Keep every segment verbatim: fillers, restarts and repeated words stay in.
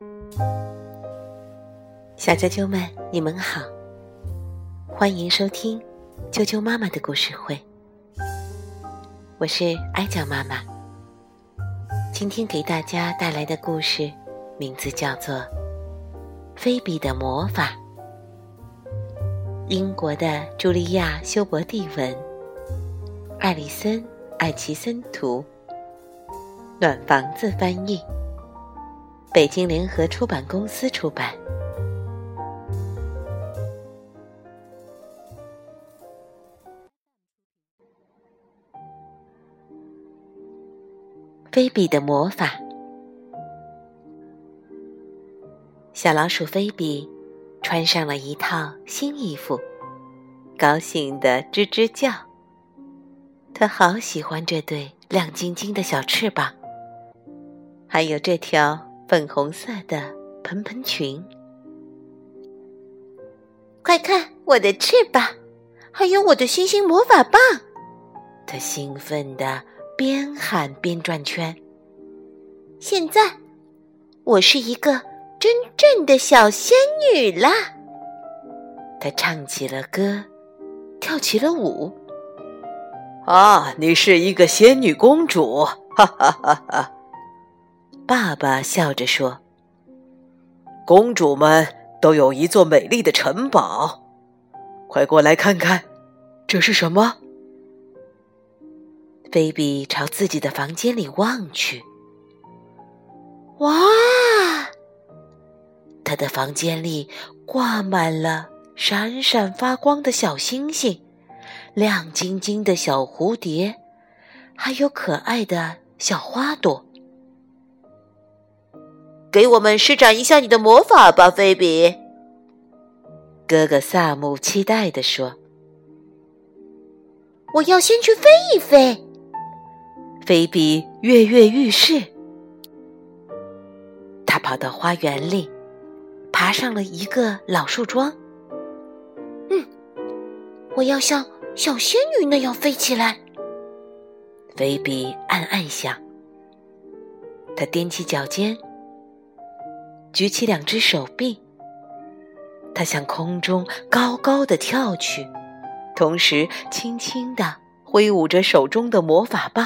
小啾啾们，你们好，欢迎收听啾啾妈妈的故事会。我是哀酱妈妈，今天给大家带来的故事名字叫做《菲比的魔法》，英国的茱莉亚·休伯蒂文，艾丽森·艾奇森图，暖房子翻译，北京联合出版公司出版。菲比的魔法。小老鼠菲比穿上了一套新衣服，高兴地吱吱叫。她好喜欢这对亮晶晶的小翅膀，还有这条粉红色的蓬蓬裙。快看我的翅膀，还有我的星星魔法棒！她兴奋地边喊边转圈。现在我是一个真正的小仙女啦！她唱起了歌，跳起了舞。 啊，你是一个仙女公主，哈哈哈哈！ 爸爸笑着说： 公主们都有一座美丽的城堡，快过来看看，这是什么？ 菲比朝自己的房间里望去。哇！她的房间里挂满了闪闪发光的小星星，亮晶晶的小蝴蝶，还有可爱的小花朵。给我们施展一下你的魔法吧，菲比。哥哥萨姆期待地说。我要先去飞一飞。菲比跃跃欲试。他跑到花园里，爬上了一个老树桩。嗯，我要像小仙女那样飞起来。菲比暗暗想。他踮起脚尖，举起两只手臂，他向空中高高地跳去，同时轻轻地挥舞着手中的魔法棒。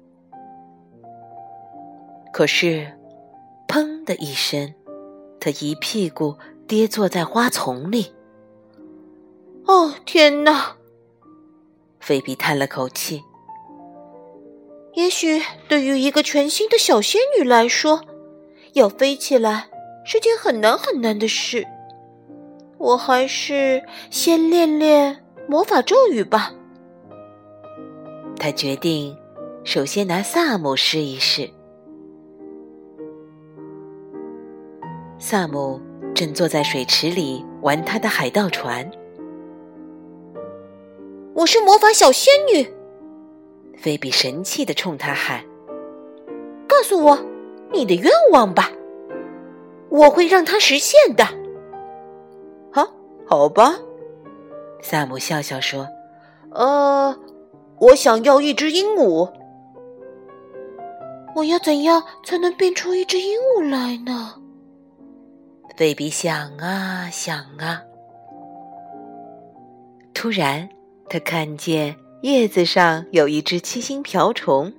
可是砰的一声，他一屁股跌坐在花丛里。哦，天哪！菲比叹了口气。也许对于一个全新的小仙女来说，要飞起来是件很难很难的事。我还是先练练魔法咒语吧。他决定首先拿萨姆试一试。萨姆正坐在水池里玩他的海盗船。我是魔法小仙女！菲比神气地冲他喊：告诉我你的愿望吧，我会让它实现的。 啊，好吧， 萨姆笑笑说： 呃，我想要一只鹦鹉。 我要怎样才能变出一只鹦鹉来呢？菲比想啊想啊，突然他看见叶子上有一只七星瓢虫。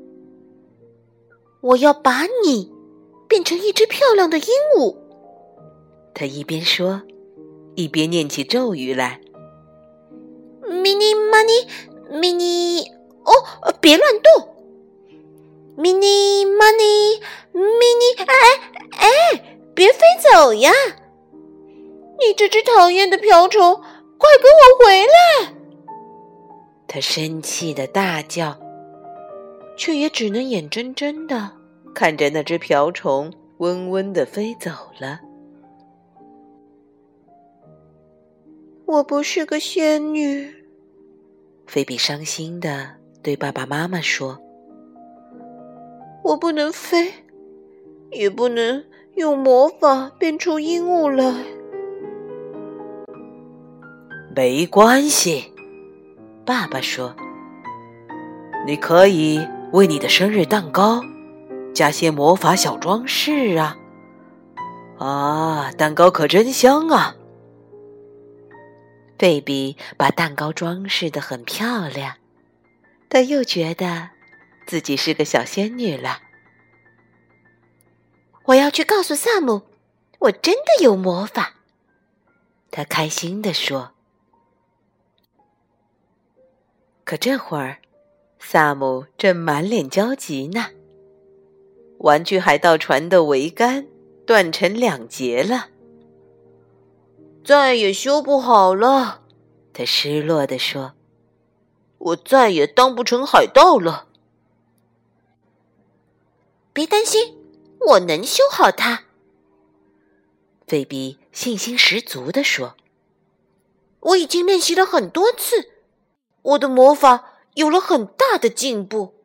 我要把你变成一只漂亮的鹦鹉。他一边说，一边念起咒语来。Mini money mini 哦，别乱动。Mini money mini 哎哎别飞走呀！你这只讨厌的瓢虫，快给我回来！他生气地大叫，却也只能眼睁睁地看着那只瓢虫温温地飞走了。我不是个仙女，菲比伤心地对爸爸妈妈说。我不能飞，也不能用魔法变出鹦鹉来。 没关系， 爸爸说， 你可以为你的生日蛋糕加些魔法小装饰啊。 啊，蛋糕可真香啊！ 贝比把蛋糕装饰得很漂亮，他又觉得自己是个小仙女了。我要去告诉萨姆，我真的有魔法，他开心地说。可这会儿，萨姆正满脸焦急呢。玩具海盗船的桅杆断成两截了， 再也修不好了， 他失落地说。 我再也当不成海盗了。 别担心，我能修好它，菲比信心十足地说。 我已经练习了很多次，我的魔法有了很大的进步。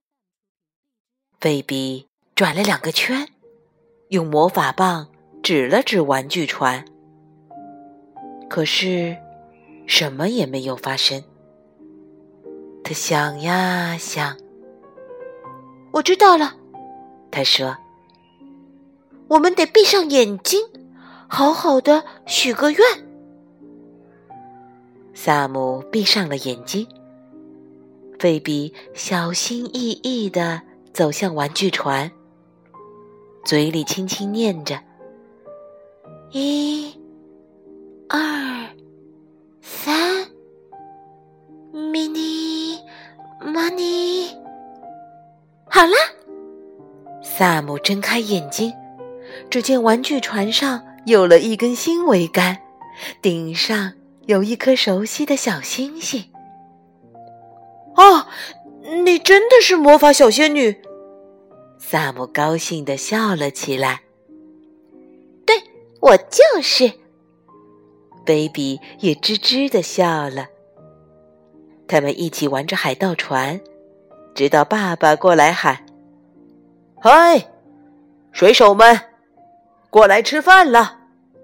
菲比转了两个圈，用魔法棒指了指玩具船，可是什么也没有发生。他想呀想， 我知道了， 他说， 我们得闭上眼睛，好好的许个愿。 萨姆闭上了眼睛，菲比小心翼翼地走向玩具船，嘴里轻轻念着：一、二、三 ，mini money。好啦，萨姆睁开眼睛，只见玩具船上有了一根新桅杆，顶上有一颗熟悉的小星星。 哦，你真的是魔法小仙女！ 萨姆高兴地笑了起来。对，我就是。菲比也吱吱地笑了。他们一起玩着海盗船，直到爸爸过来喊： 嗨，水手们，过来吃饭了！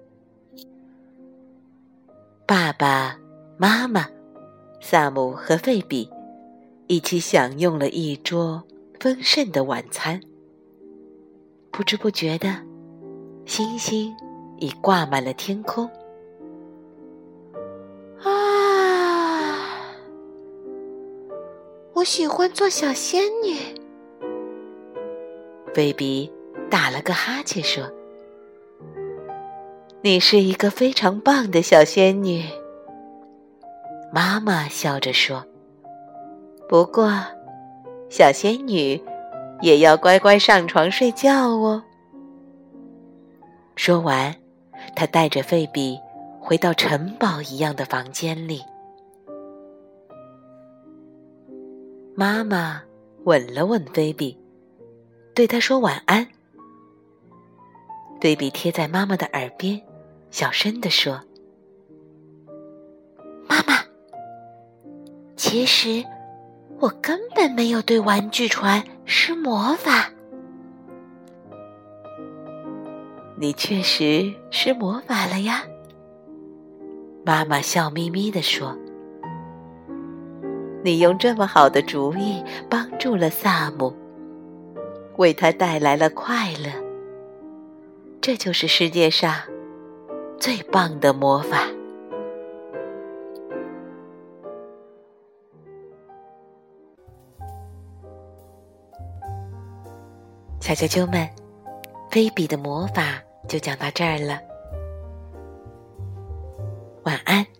爸爸妈妈、萨姆和菲比一起享用了一桌丰盛的晚餐。不知不觉的，星星已挂满了天空。 啊，我喜欢做小仙女。 菲比打了个哈欠说：你是一个非常棒的小仙女。妈妈笑着说：不过，小仙女也要乖乖上床睡觉哦。说完，她带着菲比回到城堡一样的房间里。妈妈吻了吻菲比，对她说晚安。菲比贴在妈妈的耳边，小声地说：妈妈，其实我根本没有对玩具船施魔法。你确实施魔法了呀，妈妈笑眯眯地说。你用这么好的主意帮助了萨姆，为他带来了快乐。这就是世界上最棒的魔法。小啾啾们，菲比的魔法就讲到这儿了。晚安。